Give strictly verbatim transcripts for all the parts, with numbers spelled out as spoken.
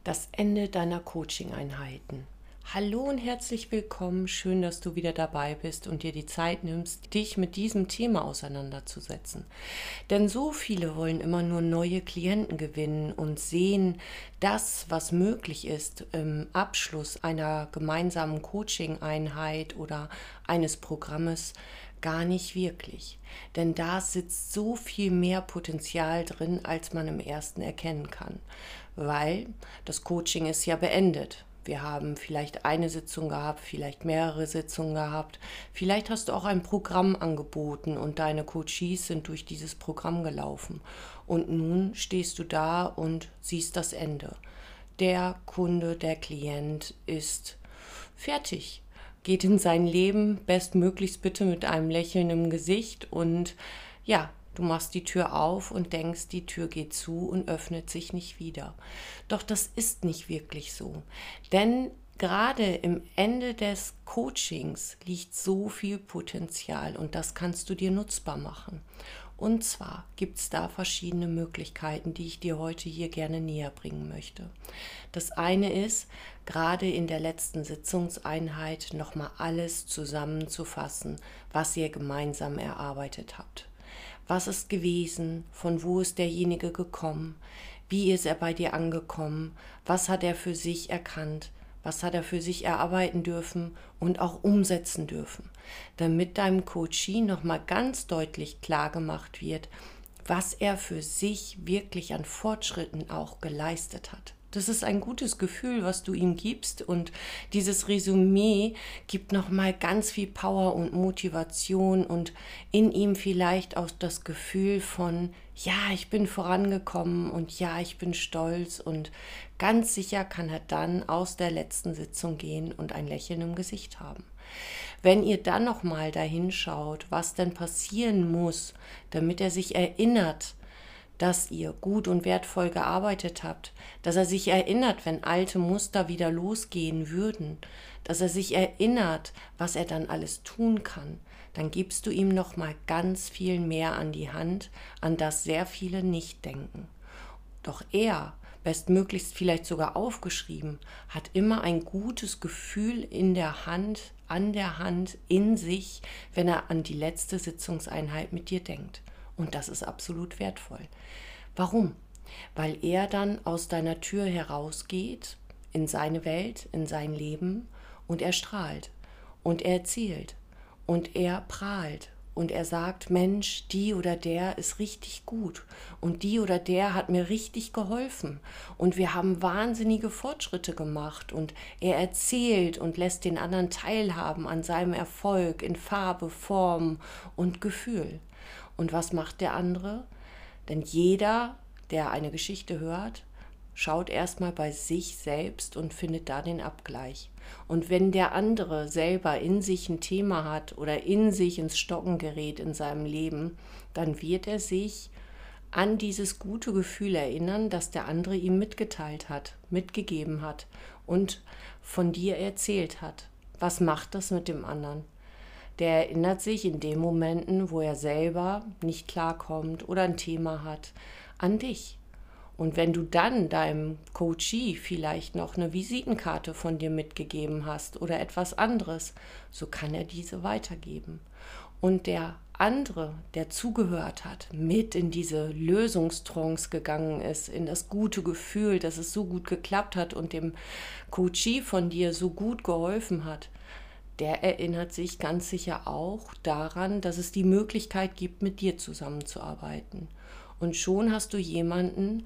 Das Ende deiner Coaching-Einheiten. Hallo und herzlich willkommen. Schön, dass du wieder dabei bist und dir die Zeit nimmst, dich mit diesem Thema auseinanderzusetzen. Denn so viele wollen immer nur neue Klienten gewinnen und sehen das, was möglich ist im Abschluss einer gemeinsamen Coaching-Einheit oder eines Programmes, gar nicht wirklich. Denn da sitzt so viel mehr Potenzial drin, als man im ersten erkennen kann. Weil das Coaching ist ja beendet. Wir haben vielleicht eine Sitzung gehabt, vielleicht mehrere Sitzungen gehabt. Vielleicht hast du auch ein Programm angeboten und deine Coaches sind durch dieses Programm gelaufen. Und nun stehst du da und siehst das Ende. Der Kunde, der Klient ist fertig, geht in sein Leben, bestmöglichst bitte mit einem Lächeln im Gesicht und ja, du machst die Tür auf und denkst, die Tür geht zu und öffnet sich nicht wieder. Doch das ist nicht wirklich so. Denn gerade im Ende des Coachings liegt so viel Potenzial und das kannst du dir nutzbar machen. Und zwar gibt es da verschiedene Möglichkeiten, die ich dir heute hier gerne näher bringen möchte. Das eine ist, gerade in der letzten Sitzungseinheit nochmal alles zusammenzufassen, was ihr gemeinsam erarbeitet habt. Was ist gewesen? Von wo ist derjenige gekommen? Wie ist er bei dir angekommen? Was hat er für sich erkannt? Was hat er für sich erarbeiten dürfen und auch umsetzen dürfen? Damit deinem Coachee nochmal ganz deutlich klar gemacht wird, was er für sich wirklich an Fortschritten auch geleistet hat. Das ist ein gutes Gefühl, was du ihm gibst und dieses Resümee gibt nochmal ganz viel Power und Motivation und in ihm vielleicht auch das Gefühl von, ja, ich bin vorangekommen und ja, ich bin stolz und ganz sicher kann er dann aus der letzten Sitzung gehen und ein Lächeln im Gesicht haben. Wenn ihr dann nochmal dahin schaut, was denn passieren muss, damit er sich erinnert, dass ihr gut und wertvoll gearbeitet habt, dass er sich erinnert, wenn alte Muster wieder losgehen würden, dass er sich erinnert, was er dann alles tun kann, dann gibst du ihm noch mal ganz viel mehr an die Hand, an das sehr viele nicht denken. Doch er, bestmöglichst vielleicht sogar aufgeschrieben, hat immer ein gutes Gefühl in der Hand, an der Hand, in sich, wenn er an die letzte Sitzungseinheit mit dir denkt. Und das ist absolut wertvoll. Warum? Weil er dann aus deiner Tür herausgeht, in seine Welt, in sein Leben und er strahlt und er erzählt und er prahlt und er sagt, Mensch, die oder der ist richtig gut und die oder der hat mir richtig geholfen und wir haben wahnsinnige Fortschritte gemacht und er erzählt und lässt den anderen teilhaben an seinem Erfolg in Farbe, Form und Gefühl. Und was macht der andere? Denn jeder, der eine Geschichte hört, schaut erstmal bei sich selbst und findet da den Abgleich. Und wenn der andere selber in sich ein Thema hat oder in sich ins Stocken gerät in seinem Leben, dann wird er sich an dieses gute Gefühl erinnern, das der andere ihm mitgeteilt hat, mitgegeben hat und von dir erzählt hat. Was macht das mit dem anderen? Der erinnert sich in den Momenten, wo er selber nicht klarkommt oder ein Thema hat, an dich. Und wenn du dann deinem Coachee vielleicht noch eine Visitenkarte von dir mitgegeben hast oder etwas anderes, so kann er diese weitergeben. Und der andere, der zugehört hat, mit in diese Lösungstrance gegangen ist, in das gute Gefühl, dass es so gut geklappt hat und dem Coachee von dir so gut geholfen hat, der erinnert sich ganz sicher auch daran, dass es die Möglichkeit gibt, mit dir zusammenzuarbeiten. Und schon hast du jemanden,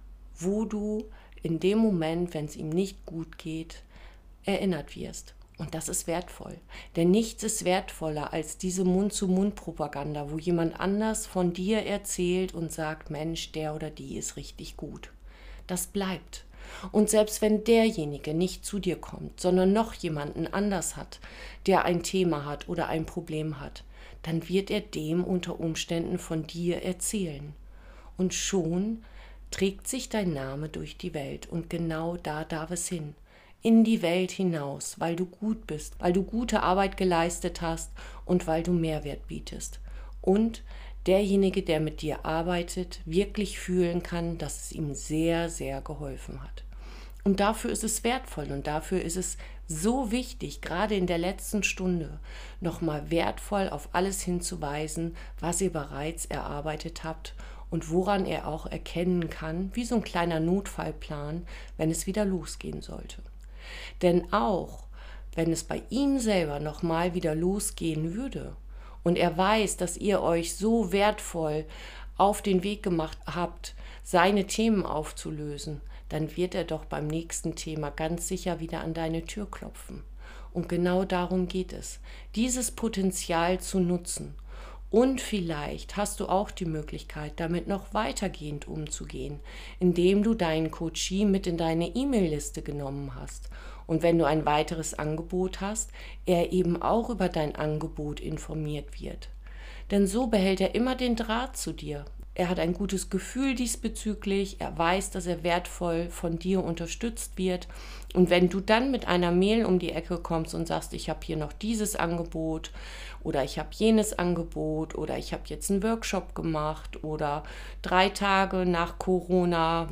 wo du in dem Moment, wenn es ihm nicht gut geht, erinnert wirst. Und das ist wertvoll. Denn nichts ist wertvoller als diese Mund-zu-Mund-Propaganda, wo jemand anders von dir erzählt und sagt, Mensch, der oder die ist richtig gut. Das bleibt. Und selbst wenn derjenige nicht zu dir kommt, sondern noch jemanden anders hat, der ein Thema hat oder ein Problem hat, dann wird er dem unter Umständen von dir erzählen. Und schon trägt sich dein Name durch die Welt und genau da darf es hin. In die Welt hinaus, weil du gut bist, weil du gute Arbeit geleistet hast und weil du Mehrwert bietest. Und derjenige, der mit dir arbeitet, wirklich fühlen kann, dass es ihm sehr, sehr geholfen hat. Und dafür ist es wertvoll und dafür ist es so wichtig, gerade in der letzten Stunde nochmal wertvoll auf alles hinzuweisen, was ihr bereits erarbeitet habt und woran er auch erkennen kann, wie so ein kleiner Notfallplan, wenn es wieder losgehen sollte. Denn auch wenn es bei ihm selber nochmal wieder losgehen würde und er weiß, dass ihr euch so wertvoll auf den Weg gemacht habt, seine Themen aufzulösen, dann wird er doch beim nächsten Thema ganz sicher wieder an deine Tür klopfen. Und genau darum geht es, dieses Potenzial zu nutzen. Und vielleicht hast du auch die Möglichkeit, damit noch weitergehend umzugehen, indem du deinen Coachee mit in deine E-Mail-Liste genommen hast. Und wenn du ein weiteres Angebot hast, er eben auch über dein Angebot informiert wird. Denn so behält er immer den Draht zu dir. Er hat ein gutes Gefühl diesbezüglich, er weiß, dass er wertvoll von dir unterstützt wird. Und wenn du dann mit einer Mail um die Ecke kommst und sagst, ich habe hier noch dieses Angebot oder ich habe jenes Angebot oder ich habe jetzt einen Workshop gemacht oder drei Tage nach Corona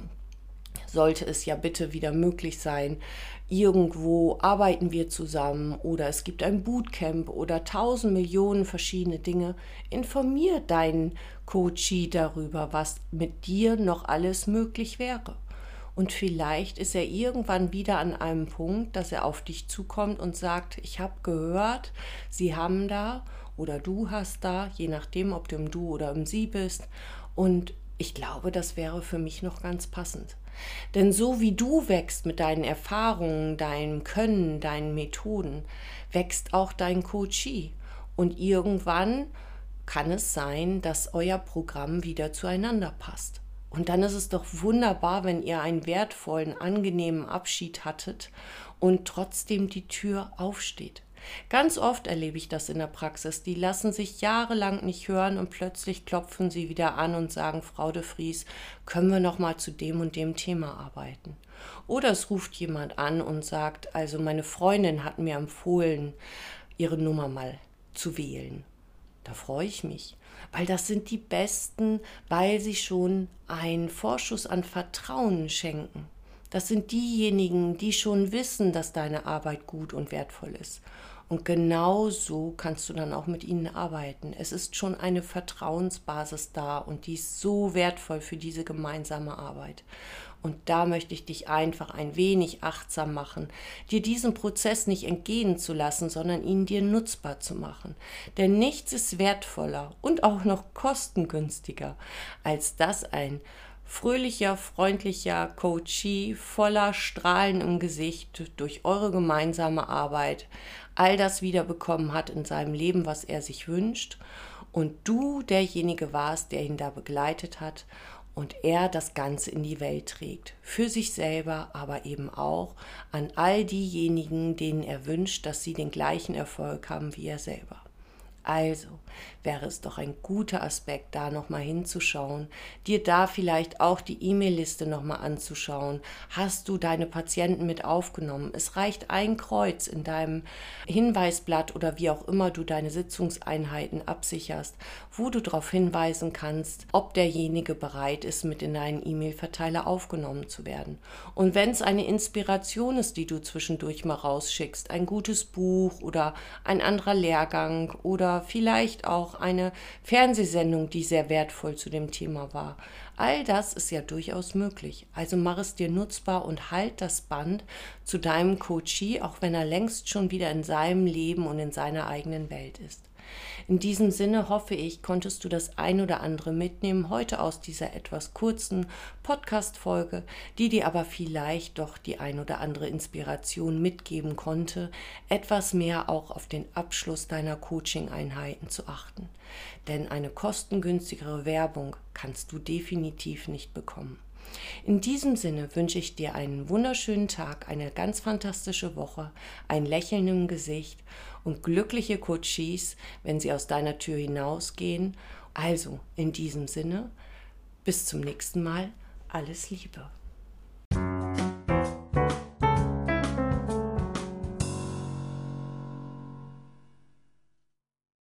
sollte es ja bitte wieder möglich sein, irgendwo arbeiten wir zusammen oder es gibt ein Bootcamp oder tausend Millionen verschiedene Dinge. Informier deinen Coachee darüber, was mit dir noch alles möglich wäre. Und vielleicht ist er irgendwann wieder an einem Punkt, dass er auf dich zukommt und sagt, ich habe gehört, Sie haben da oder du hast da, je nachdem, ob du im Du oder im Sie bist. Und ich glaube, das wäre für mich noch ganz passend. Denn so wie du wächst mit deinen Erfahrungen, deinem Können, deinen Methoden, wächst auch dein Coachee. Und irgendwann kann es sein, dass euer Programm wieder zueinander passt. Und dann ist es doch wunderbar, wenn ihr einen wertvollen, angenehmen Abschied hattet und trotzdem die Tür aufsteht. Ganz oft erlebe ich das in der Praxis. Die lassen sich jahrelang nicht hören und plötzlich klopfen sie wieder an und sagen, Frau de Vries, können wir noch mal zu dem und dem Thema arbeiten? Oder es ruft jemand an und sagt, also meine Freundin hat mir empfohlen, ihre Nummer mal zu wählen. Da freue ich mich, weil das sind die Besten, weil sie schon einen Vorschuss an Vertrauen schenken. Das sind diejenigen, die schon wissen, dass deine Arbeit gut und wertvoll ist. Und genau so kannst du dann auch mit ihnen arbeiten. Es ist schon eine Vertrauensbasis da und die ist so wertvoll für diese gemeinsame Arbeit. Und da möchte ich dich einfach ein wenig achtsam machen, dir diesen Prozess nicht entgehen zu lassen, sondern ihn dir nutzbar zu machen. Denn nichts ist wertvoller und auch noch kostengünstiger, als dass ein fröhlicher, freundlicher Coachee voller Strahlen im Gesicht durch eure gemeinsame Arbeit all das wiederbekommen hat in seinem Leben, was er sich wünscht und du derjenige warst, der ihn da begleitet hat und er das Ganze in die Welt trägt. Für sich selber, aber eben auch an all diejenigen, denen er wünscht, dass sie den gleichen Erfolg haben wie er selber. Also wäre es doch ein guter Aspekt, da nochmal hinzuschauen, dir da vielleicht auch die E-Mail-Liste nochmal anzuschauen. Hast du deine Patienten mit aufgenommen? Es reicht ein Kreuz in deinem Hinweisblatt oder wie auch immer du deine Sitzungseinheiten absicherst, wo du darauf hinweisen kannst, ob derjenige bereit ist, mit in deinen E-Mail-Verteiler aufgenommen zu werden. Und wenn es eine Inspiration ist, die du zwischendurch mal rausschickst, ein gutes Buch oder ein anderer Lehrgang oder vielleicht auch eine Fernsehsendung, die sehr wertvoll zu dem Thema war. All das ist ja durchaus möglich. Also mach es dir nutzbar und halt das Band zu deinem Coachee, auch wenn er längst schon wieder in seinem Leben und in seiner eigenen Welt ist. In diesem Sinne hoffe ich, konntest du das ein oder andere mitnehmen heute aus dieser etwas kurzen Podcast-Folge, die dir aber vielleicht doch die ein oder andere Inspiration mitgeben konnte, etwas mehr auch auf den Abschluss deiner Coaching-Einheiten zu achten. Denn eine kostengünstigere Werbung kannst du definitiv nicht bekommen. In diesem Sinne wünsche ich dir einen wunderschönen Tag, eine ganz fantastische Woche, ein Lächeln im Gesicht und glückliche Coachees, wenn sie aus deiner Tür hinausgehen. Also in diesem Sinne, bis zum nächsten Mal, alles Liebe.